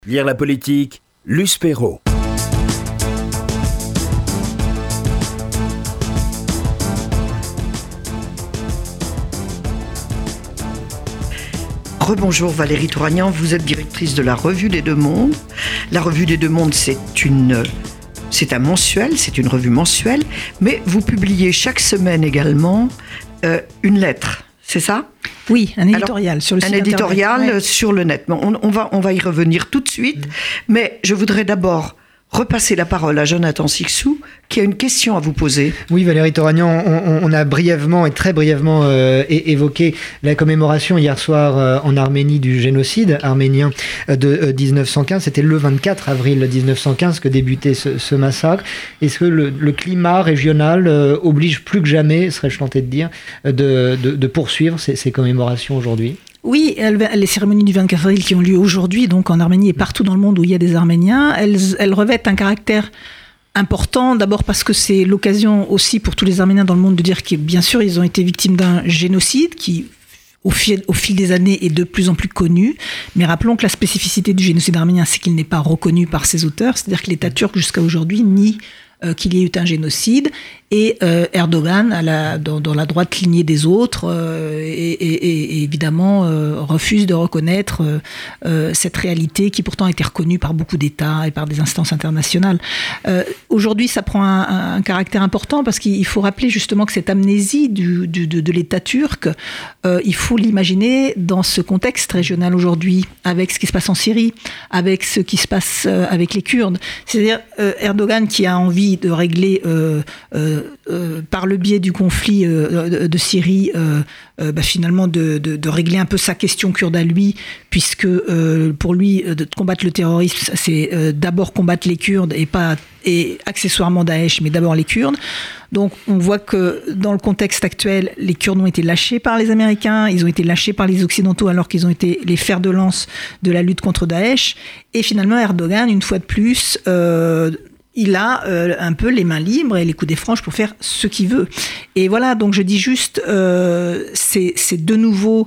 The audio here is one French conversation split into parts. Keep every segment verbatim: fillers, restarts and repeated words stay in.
Lire la politique, Luce Perrault. Rebonjour Valérie Touragnan, vous êtes directrice de la Revue des Deux Mondes. La Revue des Deux Mondes, c'est une... c'est un mensuel, c'est une revue mensuelle, mais vous publiez chaque semaine également euh, une lettre, c'est ça ? Oui, un éditorial Alors, sur le site un éditorial internet. Ouais. sur le net. Bon, on, on, va, on va y revenir tout de suite, mmh. mais je voudrais d'abord repasser la parole à Jonathan Sixou, qui a une question à vous poser. Oui, Valérie Touragnan, on, on a brièvement et très brièvement euh, é- évoqué la commémoration hier soir euh, en Arménie du génocide arménien de euh, dix-neuf cent quinze. C'était le vingt-quatre avril dix-neuf cent quinze que débutait ce, ce massacre. Est-ce que le, le climat régional euh, oblige plus que jamais, serais-je tenté de dire, de, de, de poursuivre ces, ces commémorations aujourd'hui ? Oui, les cérémonies du vingt-quatre avril qui ont lieu aujourd'hui, donc en Arménie et partout dans le monde où il y a des Arméniens, elles, elles revêtent un caractère important, d'abord parce que c'est l'occasion aussi pour tous les Arméniens dans le monde de dire que bien sûr ils ont été victimes d'un génocide qui au fil, au fil des années est de plus en plus connu, mais rappelons que la spécificité du génocide arménien c'est qu'il n'est pas reconnu par ses auteurs, c'est-à-dire que l'État turc jusqu'à aujourd'hui nie euh, qu'il y ait eu un génocide. Et euh, Erdogan, à la, dans, dans la droite lignée des autres, euh, et, et, et évidemment euh, refuse de reconnaître euh, euh, cette réalité qui pourtant a été reconnue par beaucoup d'États et par des instances internationales. Euh, aujourd'hui, ça prend un, un, un caractère important parce qu'il faut rappeler justement que cette amnésie du, du, de, de l'État turc, euh, il faut l'imaginer dans ce contexte régional aujourd'hui, avec ce qui se passe en Syrie, avec ce qui se passe euh, avec les Kurdes. C'est-à-dire euh, Erdogan qui a envie de régler... Euh, euh, Euh, par le biais du conflit euh, de, de Syrie, euh, euh, bah, finalement de, de, de régler un peu sa question kurde à lui, puisque euh, pour lui, de combattre le terrorisme, c'est euh, d'abord combattre les Kurdes et pas et accessoirement Daesh, mais d'abord les Kurdes. Donc on voit que dans le contexte actuel, les Kurdes ont été lâchés par les Américains, ils ont été lâchés par les Occidentaux alors qu'ils ont été les fers de lance de la lutte contre Daesh. Et finalement Erdogan, une fois de plus... Euh, il a euh, un peu les mains libres et les coups des franges pour faire ce qu'il veut. Et voilà, donc je dis juste, euh, c'est, c'est de nouveau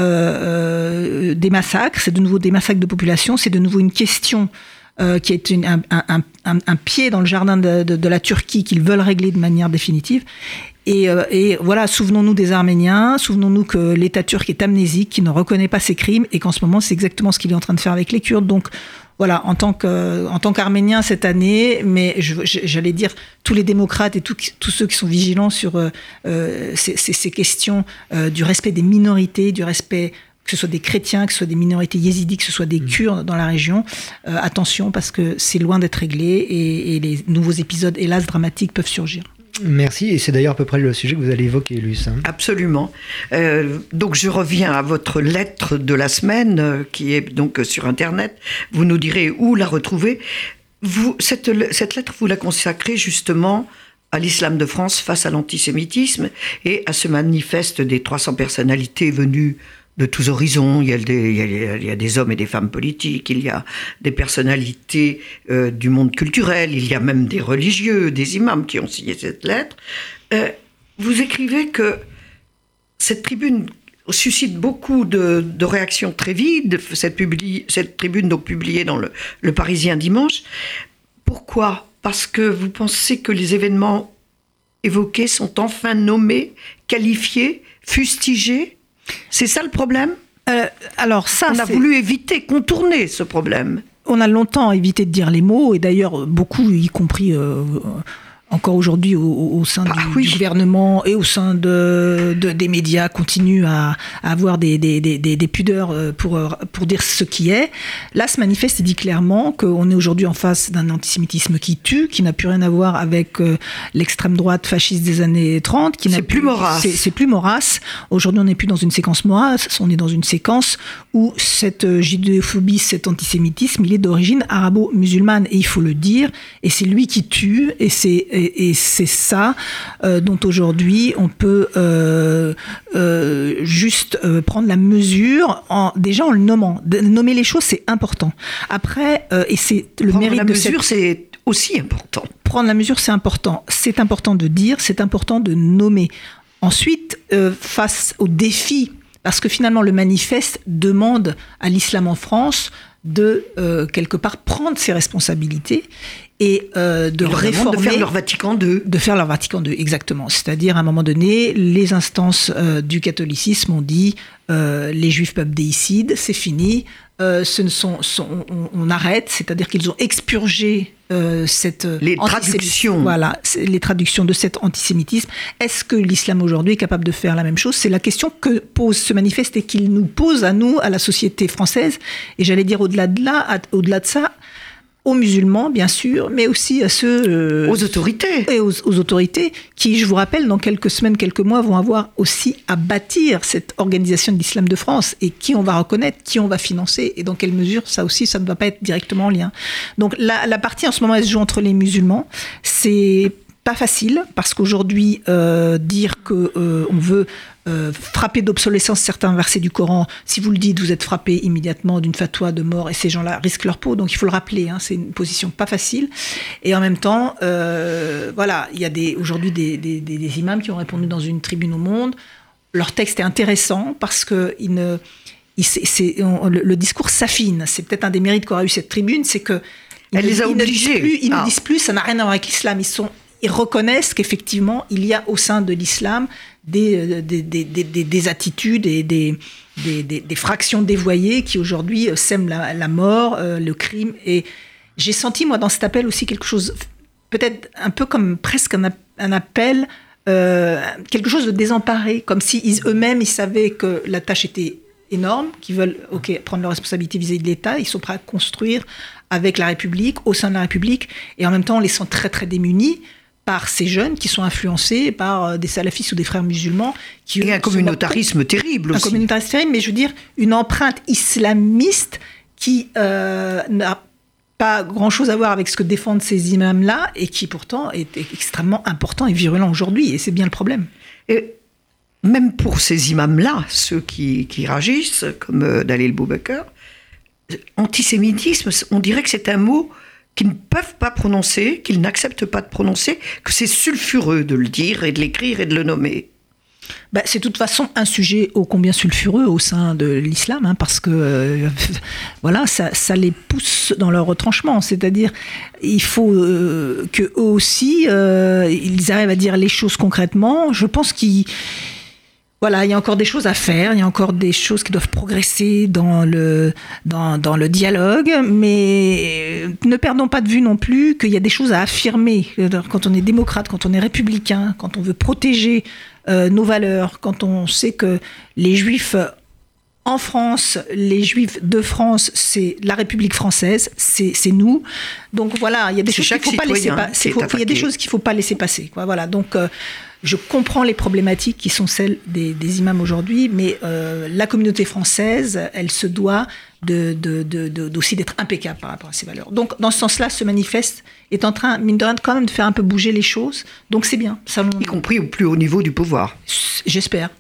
euh, des massacres, c'est de nouveau des massacres de population, c'est de nouveau une question euh, qui est une, un, un, un, un pied dans le jardin de, de, de la Turquie qu'ils veulent régler de manière définitive. Et, euh, et voilà, souvenons-nous des Arméniens, souvenons-nous que l'État turc est amnésique, qui ne reconnaît pas ses crimes, et qu'en ce moment, c'est exactement ce qu'il est en train de faire avec les Kurdes. Donc, voilà, en tant que, en tant qu'Arménien cette année, mais je, j'allais dire tous les démocrates et tout, tous ceux qui sont vigilants sur euh, ces, ces, ces questions euh, du respect des minorités, du respect que ce soit des chrétiens, que ce soit des minorités yézidis, que ce soit des Kurdes dans la région, euh, attention parce que c'est loin d'être réglé et, et les nouveaux épisodes, hélas, dramatiques peuvent surgir. Merci, et c'est d'ailleurs à peu près le sujet que vous allez évoquer, Luce. Hein. Absolument. Euh, donc je reviens à votre lettre de la semaine, euh, qui est donc sur Internet. Vous nous direz où la retrouver. Vous, cette, cette lettre, vous la consacrez justement à l'islam de France face à l'antisémitisme et à ce manifeste des trois cents personnalités venues de tous horizons. Il y, a des, il, y a, il y a des hommes et des femmes politiques, il y a des personnalités euh, du monde culturel, il y a même des religieux, des imams qui ont signé cette lettre. Euh, vous écrivez que cette tribune suscite beaucoup de, de réactions très vives, cette, publi, cette tribune donc publiée dans le, le Parisien dimanche. Pourquoi ? Parce que vous pensez que les événements évoqués sont enfin nommés, qualifiés, fustigés ? C'est ça le problème ? euh, Alors ça, on a c'est... voulu éviter, contourner ce problème. On a longtemps évité de dire les mots, et d'ailleurs beaucoup, y compris euh, encore aujourd'hui au, au sein ah, du, oui. du gouvernement et au sein de, de, des médias, continuent à, à avoir des, des, des, des, des pudeurs pour, pour dire ce qui est. Là, ce manifeste dit clairement qu'on est aujourd'hui en face d'un antisémitisme qui tue, qui n'a plus rien à voir avec euh, l'extrême droite fasciste des années trente. Qui n'a c'est plus, plus Maurras. C'est, c'est plus Maurras. Aujourd'hui, on n'est plus dans une séquence Maurras, on est dans une séquence où cette judéophobie, cet antisémitisme, il est d'origine arabo-musulmane, et il faut le dire, et c'est lui qui tue, et c'est Et, et c'est ça euh, dont aujourd'hui on peut euh, euh, juste euh, prendre la mesure, en, déjà en le nommant. De, nommer les choses, c'est important. Après, euh, et c'est le prendre mérite la de mesure, cette... c'est aussi important. Prendre la mesure, c'est important. C'est important de dire, c'est important de nommer. Ensuite, euh, face aux défis, parce que finalement le manifeste demande à l'islam en France de, euh, quelque part, prendre ses responsabilités et euh, de réformer... De faire leur Vatican deux. De faire leur Vatican deux, exactement. C'est-à-dire, à un moment donné, les instances euh, du catholicisme ont dit euh, les Juifs peuvent déicide, c'est fini, euh, ce ne sont, sont, on, on arrête, c'est-à-dire qu'ils ont expurgé euh, cette... Les traductions. Voilà, les traductions de cet antisémitisme. Est-ce que l'islam aujourd'hui est capable de faire la même chose ? C'est la question que pose ce manifeste et qu'il nous pose à nous, à la société française, et j'allais dire au-delà de là, à, au-delà de ça, aux musulmans, bien sûr, mais aussi à ceux... Euh, aux autorités. Et aux, aux autorités qui, je vous rappelle, dans quelques semaines, quelques mois, vont avoir aussi à bâtir cette organisation de l'islam de France et qui on va reconnaître, qui on va financer et dans quelle mesure, ça aussi, ça ne va pas être directement en lien. Donc la, la partie en ce moment, elle se joue entre les musulmans. C'est pas facile parce qu'aujourd'hui, euh, dire qu'on euh, veut... Euh, frapper d'obsolescence certains versets du Coran, si vous le dites, vous êtes frappé immédiatement d'une fatwa de mort et ces gens-là risquent leur peau, donc il faut le rappeler, hein, c'est une position pas facile. Et en même temps, euh, voilà, il y a des, aujourd'hui des, des, des, des imams qui ont répondu dans une tribune au Monde. Leur texte est intéressant parce que il ne, il, c'est, c'est, on, le, le discours s'affine. C'est peut-être un des mérites qu'aura eu cette tribune, c'est que elle ils, les a ils obligés. Ne disent plus, ils ah. ne disent plus, ça n'a rien à voir avec l'islam. Ils sont Ils reconnaissent qu'effectivement, il y a au sein de l'islam des, des, des, des, des attitudes et des, des, des, des fractions dévoyées qui aujourd'hui sèment la, la mort, euh, le crime. Et j'ai senti, moi, dans cet appel aussi quelque chose, peut-être un peu comme presque un, un appel, euh, quelque chose de désemparé, comme si ils, eux-mêmes, ils savaient que la tâche était énorme, qu'ils veulent okay, prendre leurs responsabilités vis-à-vis de l'État, ils sont prêts à construire avec la République, au sein de la République, et en même temps, on les sent très, très démunis par ces jeunes qui sont influencés par des salafistes ou des frères musulmans. Qui, et un communautarisme terrible aussi. Un communautarisme terrible, mais je veux dire, une empreinte islamiste qui euh, n'a pas grand-chose à voir avec ce que défendent ces imams-là et qui pourtant est extrêmement important et virulent aujourd'hui, et c'est bien le problème. Et même pour ces imams-là, ceux qui, qui réagissent, comme euh, Dalil Boubacar, antisémitisme, on dirait que c'est un mot qu'ils ne peuvent pas prononcer, qu'ils n'acceptent pas de prononcer, que c'est sulfureux de le dire et de l'écrire et de le nommer. Bah, c'est de toute façon un sujet ô combien sulfureux au sein de l'islam, hein, parce que euh, voilà, ça, ça les pousse dans leur retranchement. C'est-à-dire, il faut euh, qu'eux aussi, euh, ils arrivent à dire les choses concrètement. Je pense qu'ils... Voilà, il y a encore des choses à faire, il y a encore des choses qui doivent progresser dans le, dans, dans le dialogue, mais ne perdons pas de vue non plus qu'il y a des choses à affirmer. Quand on est démocrate, quand on est républicain, quand on veut protéger euh, nos valeurs, quand on sait que les Juifs en France, les Juifs de France, c'est la République française, c'est, c'est nous. Donc voilà, il y a des c'est choses qu'il ne faut pas laisser passer. Il y a des choses qu'il faut pas laisser passer. Quoi. Voilà, donc... Euh, Je comprends les problématiques qui sont celles des, des imams aujourd'hui, mais euh, la communauté française, elle se doit de, de, de, de, aussi d'être impeccable par rapport à ces valeurs. Donc, dans ce sens-là, ce manifeste est en train, mine de rien, quand même de faire un peu bouger les choses. Donc, c'est bien. Ça, on... Y compris au plus haut niveau du pouvoir. J'espère.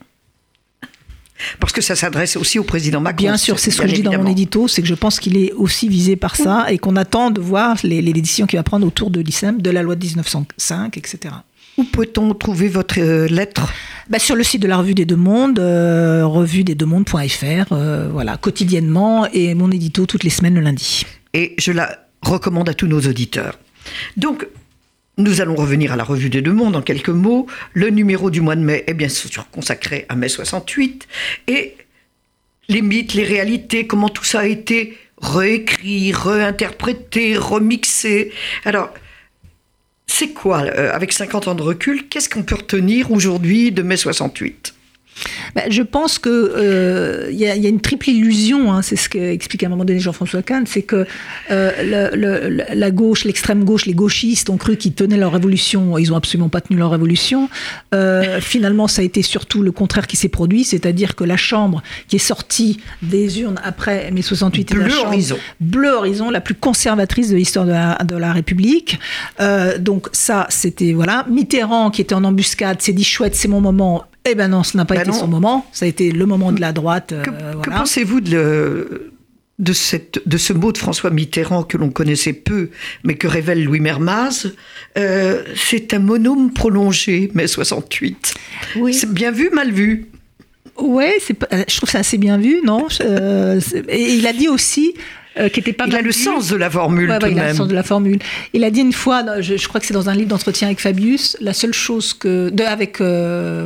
Parce que ça s'adresse aussi au président Macron. Bien sûr, c'est ce que je dis dans mon édito, c'est que je pense qu'il est aussi visé par ça mmh. et qu'on attend de voir les, les décisions qu'il va prendre autour de l'islam, de la loi de dix-neuf cent cinq, et cetera. Où peut-on trouver votre euh, lettre ? Bah, sur le site de la Revue des Deux Mondes, euh, revue des deux mondes point f r, euh, voilà, quotidiennement, et mon édito toutes les semaines le lundi. Et je la recommande à tous nos auditeurs. Donc, nous allons revenir à la Revue des Deux Mondes en quelques mots. Le numéro du mois de mai est bien sûr consacré à mai soixante-huit. Et les mythes, les réalités, comment tout ça a été réécrit, réinterprété, remixé. Alors... C'est quoi, euh, avec cinquante ans de recul, qu'est-ce qu'on peut retenir aujourd'hui de mai soixante-huit ? Ben, je pense qu'il euh, y, y a une triple illusion, hein, c'est ce qu'explique à un moment donné Jean-François Kahn, c'est que euh, le, le, la gauche, l'extrême gauche, les gauchistes ont cru qu'ils tenaient leur révolution, ils n'ont absolument pas tenu leur révolution. Euh, finalement, ça a été surtout le contraire qui s'est produit, c'est-à-dire que la Chambre qui est sortie des urnes après mai soixante-huit est la Chambre horizon. Bleu Horizon, la plus conservatrice de l'histoire de la, de la République. Euh, donc ça, c'était, voilà. Mitterrand, qui était en embuscade, s'est dit chouette, c'est mon moment. Eh ben non, ce n'a pas ben été non. son moment. Ça a été le moment de la droite. Que, euh, que voilà. pensez-vous de, le, de, cette, de ce mot de François Mitterrand que l'on connaissait peu, mais que révèle Louis Mermaz ? euh, C'est un monôme prolongé, mai soixante-huit. Oui. C'est bien vu, mal vu ? Oui, je trouve ça assez bien vu, non euh, Et il a dit aussi... euh, qui n'était pas Il a le sens de la formule, ouais, tout ouais, de il même. a le sens de la formule. Il a dit une fois, je, je crois que c'est dans un livre d'entretien avec Fabius, la seule chose que... De, avec... Euh,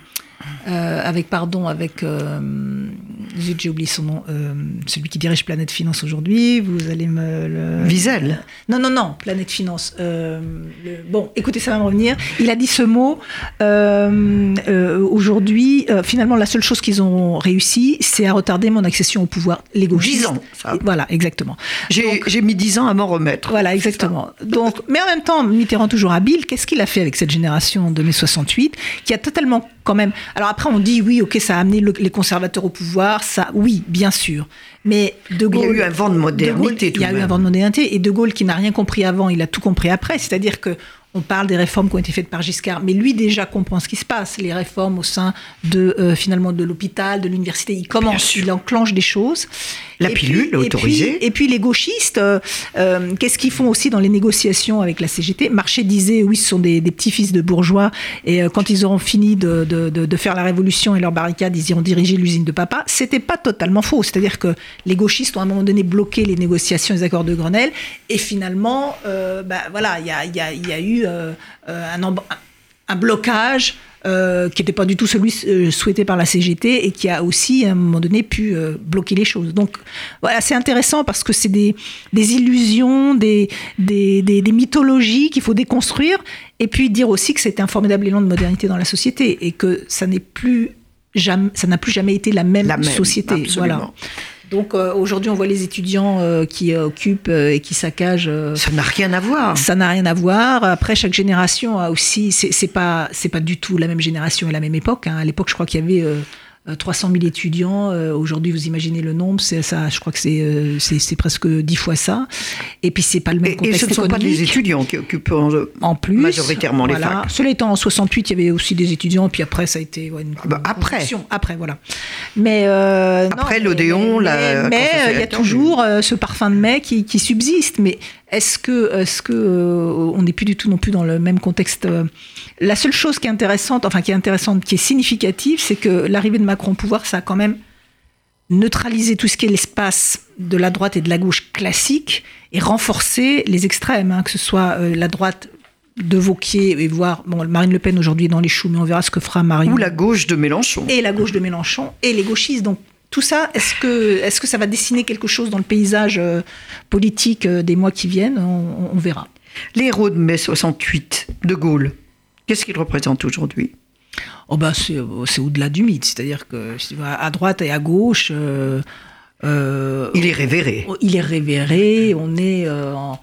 Euh, avec, pardon, avec, euh, zut, j'ai oublié son nom, euh, celui qui dirige Planète Finance aujourd'hui, vous allez me le... Wiesel. Non, non, non, Planète Finance. Euh, le, bon, écoutez, ça va me revenir. Il a dit ce mot, euh, euh, aujourd'hui, euh, finalement, la seule chose qu'ils ont réussi, c'est à retarder mon accession au pouvoir. Les gauchistes. Dix ans, ça. Voilà, exactement. J'ai, Donc, j'ai mis dix ans à m'en remettre. Voilà, exactement. Donc, mais en même temps, Mitterrand toujours habile, qu'est-ce qu'il a fait avec cette génération de mai soixante-huit, qui a totalement, quand même... Alors après, on dit, oui, ok, ça a amené le, les conservateurs au pouvoir, ça, oui, bien sûr. Mais De Gaulle... Il y a eu un vent de modernité, de Gaulle, tout Il y a de eu même. un vent de modernité, et De Gaulle, qui n'a rien compris avant, il a tout compris après. C'est-à-dire que on parle des réformes qui ont été faites par Giscard, mais lui déjà comprend ce qui se passe, les réformes au sein de euh, finalement de l'hôpital, de l'université. Il commence, il enclenche des choses. La et pilule puis, autorisée. Et puis, et puis les gauchistes, euh, euh, qu'est-ce qu'ils font aussi dans les négociations avec la C G T? Marchais disait, oui, ce sont des, des petits-fils de bourgeois, et euh, quand ils auront fini de, de, de, de faire la révolution et leur barricade, ils iront diriger l'usine de papa. C'était pas totalement faux. C'est-à-dire que les gauchistes ont à un moment donné bloqué les négociations, les accords de Grenelle, et finalement, euh, bah, voilà, il y a, y, a, y a eu euh, un, amb- un blocage euh, qui n'était pas du tout celui euh, souhaité par la C G T et qui a aussi, à un moment donné, pu euh, bloquer les choses. Donc, voilà, c'est intéressant parce que c'est des, des illusions, des, des, des, des mythologies qu'il faut déconstruire, et puis dire aussi que c'était un formidable élan de modernité dans la société et que ça n'est plus jamais, ça n'a plus jamais été la même, La même, société. absolument. Voilà. Donc euh, aujourd'hui, on voit les étudiants euh, qui euh, occupent euh, et qui saccagent. Euh, Ça n'a rien à voir. ça n'a rien à voir. Après, chaque génération a aussi. C'est, c'est pas, c'est pas du tout la même génération et la même époque. Hein. À l'époque, je crois qu'il y avait euh, trois cent mille étudiants. Euh, aujourd'hui, vous imaginez le nombre. C'est ça. Je crois que c'est, euh, c'est, c'est presque dix fois ça. Et puis, c'est pas le même Et, et contexte ce ne sont pas économique. des étudiants qui occupent en, En plus, majoritairement les voilà. facs. Cela étant, en soixante-huit, il y avait aussi des étudiants, puis après, ça a été ouais, une, Ah bah, une après. conjonction. Après, voilà. Mais euh, Après non, l'Odéon, mais, la mais, mais, conférence euh, il y a électorale. toujours euh, ce parfum de mai qui, qui subsiste. Mais est-ce que, est-ce que euh, on n'est plus du tout non plus dans le même contexte euh, La seule chose qui est intéressante, enfin qui est intéressante, qui est significative, c'est que l'arrivée de Macron au pouvoir, ça a quand même neutraliser tout ce qui est l'espace de la droite et de la gauche classique et renforcer les extrêmes, hein, que ce soit euh, la droite de Wauquiez et voire bon, Marine Le Pen aujourd'hui dans les choux, mais on verra ce que fera Marine. Ou la gauche de Mélenchon. Et la gauche de Mélenchon et les gauchistes. Donc tout ça, est-ce que, est-ce que ça va dessiner quelque chose dans le paysage euh, politique euh, des mois qui viennent? on, on verra. Les héros de mai soixante-huit, De Gaulle, qu'est-ce qu'ils représentent aujourd'hui? Oh bah c'est, c'est au-delà du mythe, c'est-à-dire que à droite et à gauche, euh, euh, Il est révéré. il est révéré, on est euh, en,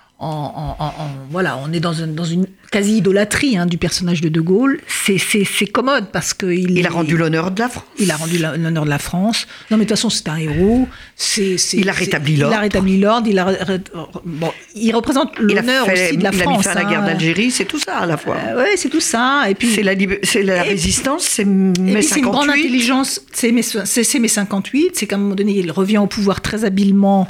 en, en, en- voilà, on est dans, un, dans une quasi-idolâtrie hein, du personnage de De Gaulle. C'est, c'est, c'est commode parce que il, Il a rendu l'honneur de la France. il a rendu la- l'honneur de la France. Non, mais de toute façon, c'est un héros. C'est, c'est, Il a c'est- rétabli Il l'ordre. a rétabli l'ordre. Il a, ré- bon, il représente Il a, l'honneur fait- aussi de la il a France. mis fin à la guerre hein. d'Algérie, c'est tout ça à la fois. Euh, ouais, c'est tout ça. Et puis, c'est la, lib- c'est la et- résistance, c'est et mai puis c'est une grande cinquante-huit. intelligence, c'est mai, c'est, c'est mai cinquante-huit, c'est qu'à un moment donné, il revient au pouvoir très habilement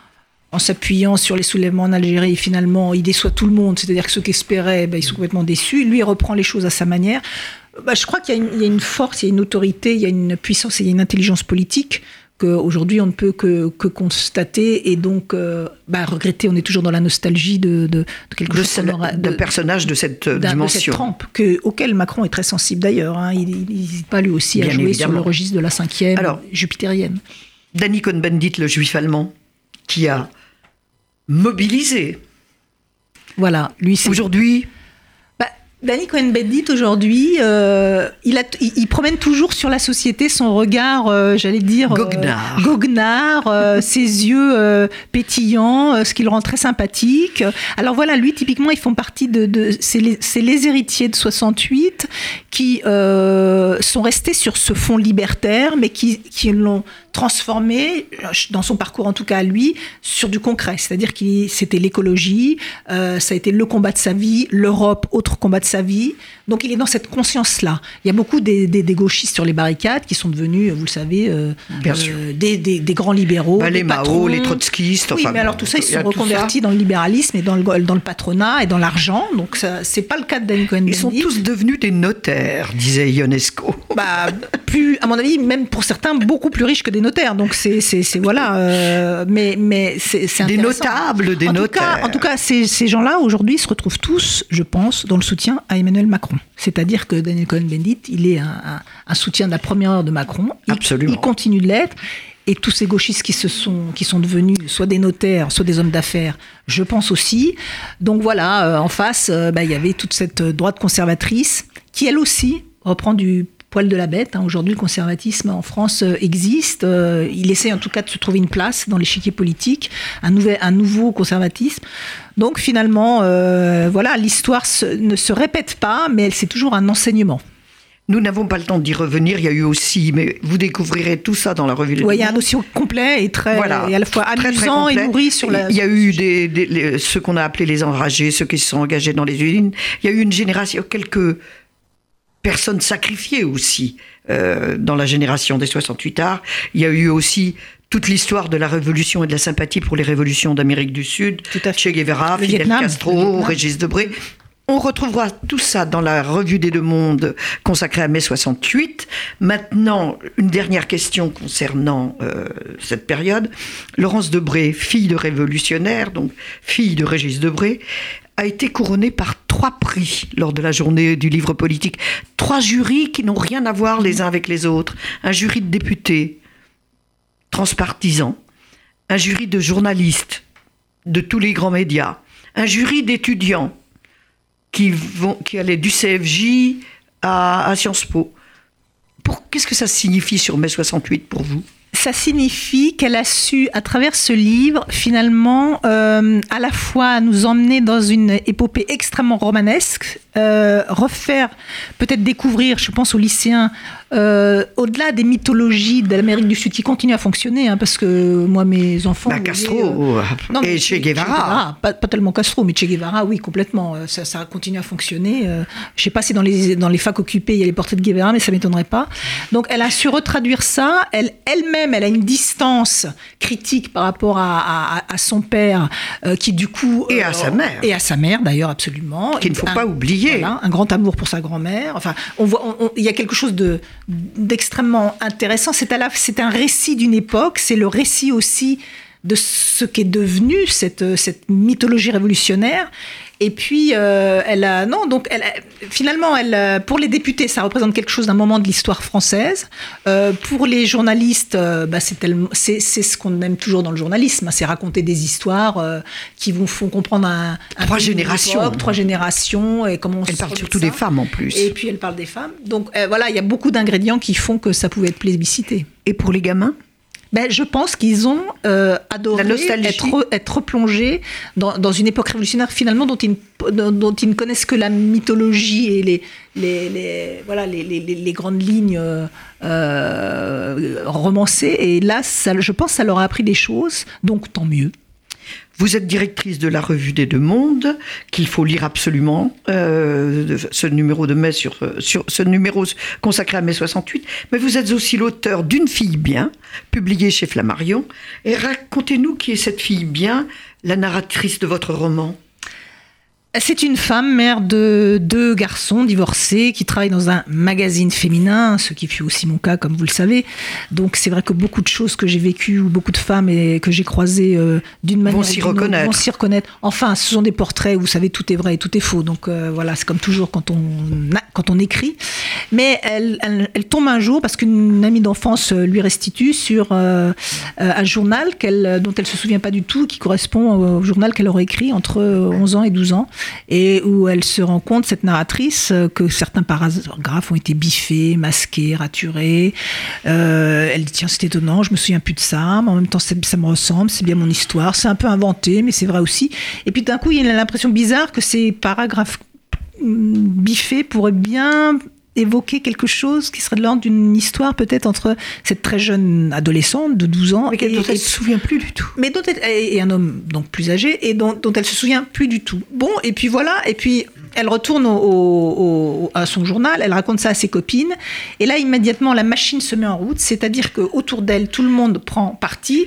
en s'appuyant sur les soulèvements en Algérie, et finalement, il déçoit tout le monde, c'est-à-dire que ceux qui espéraient, ben, ils sont complètement déçus. Lui, il reprend les choses à sa manière. Ben, je crois qu'il y a, une, il y a une force, il y a une autorité, il y a une puissance et il y a une intelligence politique qu'aujourd'hui, on ne peut que, que constater et donc euh, ben, regretter. On est toujours dans la nostalgie de, de, de quelque De chose ce- qu'on aura- d'un de- personnage de cette euh, d'un- de cette dimension. trempe que, auquel Macron est très sensible d'ailleurs. Hein. Il n'hésite pas lui aussi à Bien jouer évidemment. sur le registre de la cinquième Alors, jupitérienne. Danny Cohn-Bendit, le juif allemand, qui a mobilisé. Voilà, lui c'est... Aujourd'hui, Bah, Danny Cohn-Bendit aujourd'hui, euh, il, a, il, il promène toujours sur la société son regard, euh, j'allais dire... euh, Goguenard. goguenard, euh, ses yeux euh, pétillants, euh, ce qui le rend très sympathique. Alors voilà, lui typiquement, ils font partie de... de c'est, les, c'est les héritiers de soixante-huit qui euh, sont restés sur ce fond libertaire, mais qui, qui l'ont transformé, dans son parcours en tout cas à lui, sur du concret. C'est-à-dire que c'était l'écologie, euh, ça a été le combat de sa vie, l'Europe, autre combat de sa vie. Donc il est dans cette conscience-là. Il y a beaucoup des, des, des gauchistes sur les barricades qui sont devenus, vous le savez, euh, Bien euh, sûr. des, des, des grands libéraux, bah, des les Mao, patrons. les trotskistes, Oui, enfin, mais alors tout ça, ils il se y a sont tout ça. reconvertis dans le libéralisme et dans le, dans le patronat et dans l'argent. Donc ça, c'est pas le cas de Danny Cohn-Bendit. Ils sont tous devenus des notaires, disait Ionesco. Bah, plus, à mon avis, même pour certains, beaucoup plus riches que des notaires. Donc c'est, c'est, c'est voilà. Euh, mais mais c'est, c'est des intéressant. notables, des en notaires. Tout cas, en tout cas, ces, ces gens-là aujourd'hui se retrouvent tous, je pense, dans le soutien à Emmanuel Macron. C'est-à-dire que Daniel Cohn-Bendit, il est un, un, un soutien de la première heure de Macron. Il, Absolument. Il continue de l'être. Et tous ces gauchistes qui se sont, qui sont devenus soit des notaires, soit des hommes d'affaires, je pense aussi. Donc voilà, euh, en face, euh, bah, il y avait toute cette droite conservatrice qui, elle aussi, reprend du poil de la bête. Hein. Aujourd'hui, le conservatisme en France euh, existe. Euh, il essaie en tout cas de se trouver une place dans l'échiquier politique, un, nouvel, un nouveau conservatisme. Donc finalement, euh, voilà, l'histoire se, ne se répète pas, mais c'est toujours un enseignement. Nous n'avons pas le temps d'y revenir. Il y a eu aussi, mais vous découvrirez tout ça dans la revue des Oui, il y a un dossier complet et, très, voilà, et à la fois amusant très, très et nourri sur la... Il y a eu des, des, les, ceux qu'on a appelés les enragés, ceux qui se sont engagés dans les usines. Il y a eu une génération, quelques personnes sacrifiées aussi euh, dans la génération des soixante-huit arts. Il y a eu aussi toute l'histoire de la révolution et de la sympathie pour les révolutions d'Amérique du Sud. Che Guevara, Fidel Vietnam, Castro, Régis Debray... On retrouvera tout ça dans la revue des Deux Mondes consacrée à mai soixante-huit. Maintenant, une dernière question concernant euh, cette période. Laurence Debré, fille de révolutionnaire, donc fille de Régis Debray, a été couronnée par trois prix lors de la journée du livre politique. Trois jurys qui n'ont rien à voir les uns avec les autres. Un jury de députés transpartisans, un jury de journalistes de tous les grands médias, un jury d'étudiants qui, vont, qui allaient du C F J à, à Sciences Po. Pour, qu'est-ce que ça signifie sur mai soixante-huit pour vous ? Ça signifie qu'elle a su, à travers ce livre, finalement, euh, à la fois nous emmener dans une épopée extrêmement romanesque, euh, refaire, peut-être découvrir, je pense aux lycéens, euh, au-delà des mythologies de l'Amérique du Sud qui continuent à fonctionner, hein, parce que moi, mes enfants... Bah, Castro euh, non, et Che Guevara. Che Guevara pas, pas tellement Castro, mais Che Guevara, oui, complètement. Ça, ça continue à fonctionner. Euh, je ne sais pas si dans les, dans les facs occupées, il y a les portraits de Guevara, mais ça ne m'étonnerait pas. Donc, elle a su retraduire ça. Elle, elle-même, elle a une distance critique par rapport à, à, à son père, euh, qui du coup... Et euh, à sa mère. Et à sa mère, d'ailleurs, absolument. Qu'il ne faut un, pas oublier. Voilà, un grand amour pour sa grand-mère. Enfin, on voit, on, on, il y a quelque chose de, d'extrêmement intéressant. C'est, à la, c'est un récit d'une époque, c'est le récit aussi de ce qu'est devenu cette, cette mythologie révolutionnaire. Et puis, euh, elle a, non, donc, elle, finalement, elle, pour les députés, ça représente quelque chose d'un moment de l'histoire française. Euh, pour les journalistes, euh, bah, c'est, tellement, c'est, c'est ce qu'on aime toujours dans le journalisme, hein, c'est raconter des histoires euh, qui vous font comprendre un, un trois générations, époque, trois générations, et comment on elle se parle surtout des femmes en plus. Et puis elle parle des femmes. Donc euh, voilà, il y a beaucoup d'ingrédients qui font que ça pouvait être plébiscité. Et pour les gamins? Ben, je pense qu'ils ont euh, adoré être, être replongés dans, dans une époque révolutionnaire finalement dont ils, dont, dont ils ne connaissent que la mythologie et les, les, les, voilà, les, les, les grandes lignes euh, romancées. Et là, ça, je pense que ça leur a appris des choses, donc tant mieux. Vous êtes directrice de la revue des Deux Mondes, qu'il faut lire absolument, euh, ce numéro de mai sur, sur ce numéro consacré à mai soixante-huit. Mais vous êtes aussi l'auteur d'Une fille bien, publié chez Flammarion. Et racontez-nous qui est cette fille bien, la narratrice de votre roman. C'est une femme, mère de deux garçons divorcés, qui travaille dans un magazine féminin, ce qui fut aussi mon cas, comme vous le savez. Donc c'est vrai que beaucoup de choses que j'ai vécues, ou beaucoup de femmes et que j'ai croisées euh, d'une manière vont s'y reconnaître. Vont s'y reconnaître. Enfin, ce sont des portraits où vous savez tout est vrai et tout est faux. Donc euh, voilà, c'est comme toujours quand on quand on écrit. Mais elle, elle, elle tombe un jour parce qu'une amie d'enfance lui restitue sur euh, un journal qu'elle, dont elle se souvient pas du tout, qui correspond au journal qu'elle aurait écrit entre onze ans et douze ans. Et où elle se rend compte, cette narratrice, que certains paragraphes ont été biffés, masqués, raturés. Euh, elle dit, tiens, c'est étonnant, je me souviens plus de ça, mais en même temps, ça, ça me ressemble, c'est bien mon histoire, c'est un peu inventé, mais c'est vrai aussi. Et puis d'un coup, il y a l'impression bizarre que ces paragraphes biffés pourraient bien évoquer quelque chose qui serait de l'ordre d'une histoire peut-être entre cette très jeune adolescente de douze ans mais et, dont elle ne se souvient plus du tout, mais dont elle, et un homme donc plus âgé et dont, dont elle se souvient plus du tout. Bon, et puis voilà, et puis elle retourne au, au, au, à son journal, elle raconte ça à ses copines, et là immédiatement la machine se met en route, c'est-à-dire qu'autour d'elle tout le monde prend parti.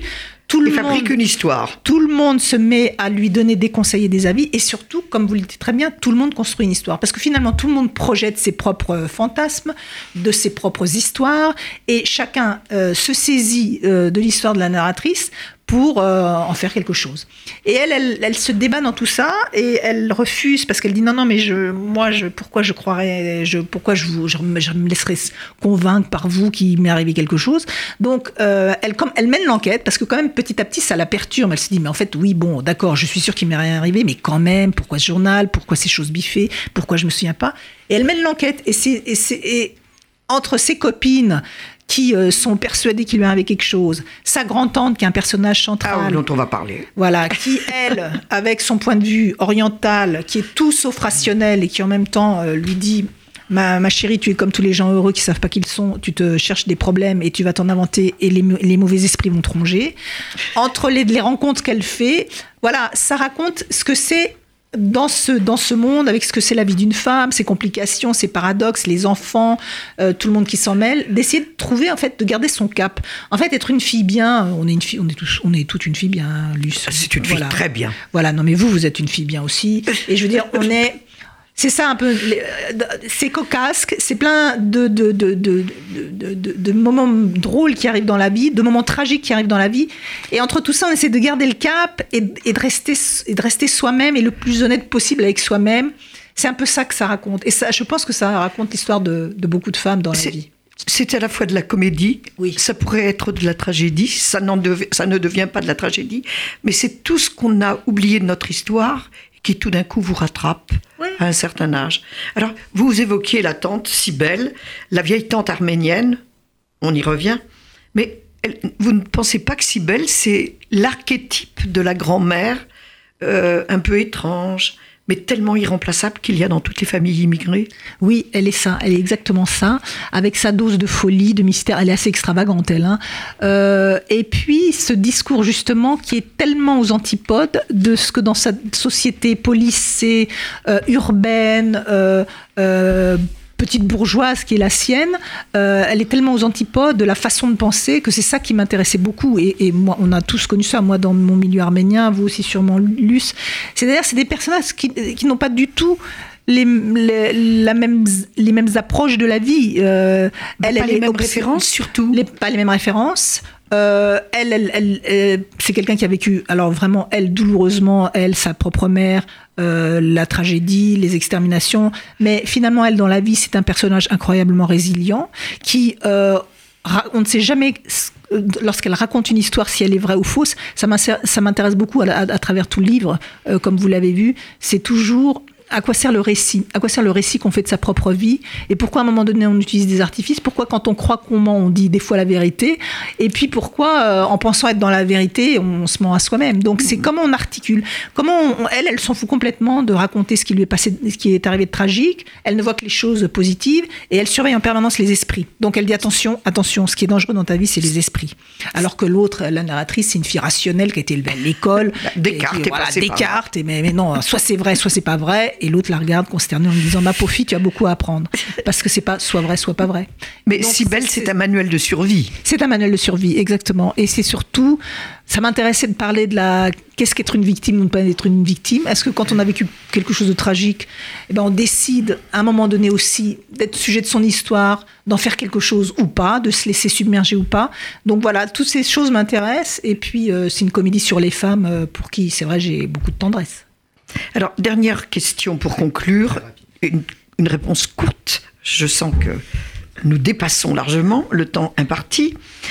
Tout le Il fabrique monde, une histoire. Tout le monde se met à lui donner des conseils et des avis, et surtout, comme vous le dites très bien, tout le monde construit une histoire. Parce que finalement, tout le monde projette ses propres fantasmes, de ses propres histoires, et chacun euh, se saisit euh, de l'histoire de la narratrice pour euh, en faire quelque chose. Et elle, elle, elle se débat dans tout ça, et elle refuse, parce qu'elle dit non, non, mais je, moi, je, pourquoi je croirais, je, pourquoi je, vous, je, je me laisserais convaincre par vous qu'il m'est arrivé quelque chose. Donc, euh, elle, comme, elle mène l'enquête, parce que quand même, petit à petit, ça la perturbe. Elle se dit, mais en fait, oui, bon, d'accord, je suis sûre qu'il m'est rien arrivé, mais quand même, pourquoi ce journal, pourquoi ces choses biffées, pourquoi je me souviens pas. Et elle mène l'enquête, et, c'est, et, c'est, et entre ses copines, qui euh, sont persuadés qu'il lui est arrivé quelque chose. Sa grand-tante, qui est un personnage central. Ah, dont on va parler. Voilà, qui, elle, avec son point de vue oriental, qui est tout sauf rationnel et qui, en même temps, euh, lui dit « Ma, ma chérie, tu es comme tous les gens heureux qui ne savent pas qui ils sont, tu te cherches des problèmes et tu vas t'en inventer et les, les mauvais esprits vont te ronger. » Entre les, les rencontres qu'elle fait, voilà, ça raconte ce que c'est Dans ce, dans ce monde, avec ce que c'est la vie d'une femme, ses complications, ses paradoxes, les enfants, euh, tout le monde qui s'en mêle, d'essayer de trouver, en fait, de garder son cap. En fait, être une fille bien, on est, une fille, on est, tous, on est toute une fille bien, Luce. C'est une fille voilà. très bien. Voilà, non mais vous, vous êtes une fille bien aussi. Et je veux dire, on est... C'est ça un peu, c'est cocasse, c'est plein de, de, de, de, de, de, de moments drôles qui arrivent dans la vie, de moments tragiques qui arrivent dans la vie. Et entre tout ça, on essaie de garder le cap et, et, de, rester, et de rester soi-même et le plus honnête possible avec soi-même. C'est un peu ça que ça raconte. Et ça, je pense que ça raconte l'histoire de, de beaucoup de femmes dans la c'est, vie. C'est à la fois de la comédie, oui. Ça pourrait être de la tragédie, ça, n'en dev- ça ne devient pas de la tragédie, mais c'est tout ce qu'on a oublié de notre histoire qui tout d'un coup vous rattrape oui. à un certain âge. Alors, vous évoquiez la tante Cybèle, la vieille tante arménienne, on y revient, mais elle, vous ne pensez pas que Cybèle, c'est l'archétype de la grand-mère euh, un peu étrange, mais tellement irremplaçable qu'il y a dans toutes les familles immigrées? Oui, elle est ça, elle est exactement ça, avec sa dose de folie, de mystère, elle est assez extravagante, elle. Hein. Euh, et puis, ce discours, justement, qui est tellement aux antipodes de ce que dans sa société policée, euh, urbaine, euh, euh, petite bourgeoise qui est la sienne, euh, elle est tellement aux antipodes de la façon de penser que c'est ça qui m'intéressait beaucoup. Et, et moi, on a tous connu ça, moi dans mon milieu arménien, vous aussi sûrement, Luce. C'est-à-dire, c'est des personnages qui, qui n'ont pas du tout les, les, la même, les mêmes approches de la vie. Euh, bah, elle, pas elle les est mêmes obs- références, surtout. Les, pas les mêmes références. Euh, elle, elle, elle, elle, c'est quelqu'un qui a vécu, alors vraiment, elle, douloureusement, elle, sa propre mère, euh, la tragédie, les exterminations. Mais finalement, elle, dans la vie, c'est un personnage incroyablement résilient qui, euh, ra- on ne sait jamais, lorsqu'elle raconte une histoire, si elle est vraie ou fausse. Ça m'intéresse, ça m'intéresse beaucoup à, à, à travers tout le livre, euh, comme vous l'avez vu. C'est toujours... À quoi sert le récit ? À quoi sert le récit qu'on fait de sa propre vie ? Et pourquoi à un moment donné on utilise des artifices ? Pourquoi quand on croit qu'on ment, on dit des fois la vérité ? Et puis pourquoi, euh, en pensant être dans la vérité, on se ment à soi-même ? Donc c'est comment on articule. Comment on, elle, elle s'en fout complètement de raconter ce qui lui est passé, ce qui est arrivé de tragique. Elle ne voit que les choses positives et elle surveille en permanence les esprits. Donc elle dit attention, attention, ce qui est dangereux dans ta vie, c'est les esprits. Alors que l'autre, la narratrice, c'est une fille rationnelle qui a été élevée à l'école. Descartes, et qui, voilà, Descartes. Et mais, mais non, soit c'est vrai, soit c'est pas vrai. Et l'autre la regarde consternée en lui disant « Ma pauvre fille, tu as beaucoup à apprendre. » Parce que c'est pas soit vrai, soit pas vrai. Mais Cybèle, c'est, c'est un manuel de survie. C'est un manuel de survie, exactement. Et c'est surtout, ça m'intéressait de parler de la... Qu'est-ce qu'être une victime ou ne pas être une victime ? Est-ce que quand on a vécu quelque chose de tragique, eh ben on décide à un moment donné aussi d'être sujet de son histoire, d'en faire quelque chose ou pas, de se laisser submerger ou pas. Donc voilà, toutes ces choses m'intéressent. Et puis, euh, c'est une comédie sur les femmes euh, pour qui, c'est vrai, j'ai beaucoup de tendresse. Alors, dernière question pour conclure, une, une réponse courte. Je sens que nous dépassons largement le temps imparti.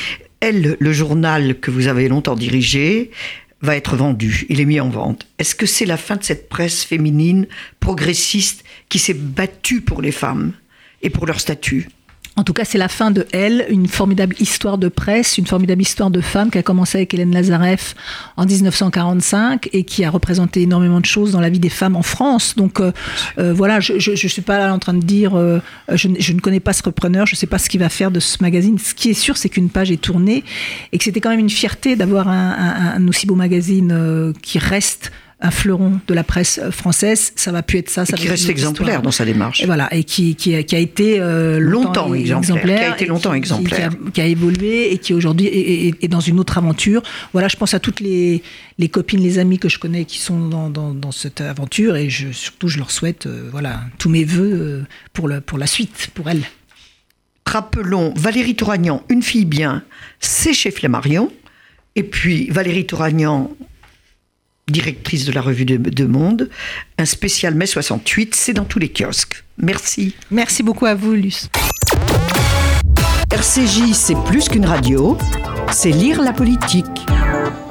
Elle, le journal que vous avez longtemps dirigé, va être vendu, il est mis en vente. Est-ce que c'est la fin de cette presse féminine progressiste qui s'est battue pour les femmes et pour leur statut ? En tout cas, c'est la fin de Elle, une formidable histoire de presse, une formidable histoire de femme qui a commencé avec Hélène Lazareff en dix-neuf cent quarante-cinq et qui a représenté énormément de choses dans la vie des femmes en France. Donc euh, euh, voilà, je ne suis pas là en train de dire, euh, je, je ne connais pas ce repreneur, je ne sais pas ce qu'il va faire de ce magazine. Ce qui est sûr, c'est qu'une page est tournée et que c'était quand même une fierté d'avoir un, un, un aussi beau magazine euh, qui reste un fleuron de la presse française. Ça va plus être ça. ça et qui reste exemplaire dans sa démarche. Et voilà, et qui, qui, qui a été euh, longtemps, longtemps exemplaire, exemplaire, qui a été longtemps qui, exemplaire, qui, qui, a, qui a évolué et qui aujourd'hui est, est, est dans une autre aventure. Voilà, je pense à toutes les, les copines, les amis que je connais qui sont dans, dans, dans cette aventure, et je, surtout je leur souhaite euh, voilà, tous mes vœux euh, pour, le, pour la suite, pour elles. Rappelons Valérie Touragnan, Une fille bien, c'est chez Flammarion. Et puis Valérie Touragnan, directrice de la revue de, de Monde, un spécial mai soixante-huit, c'est dans tous les kiosques. Merci. Merci beaucoup à vous, Luce. R C J, c'est plus qu'une radio, c'est lire la politique.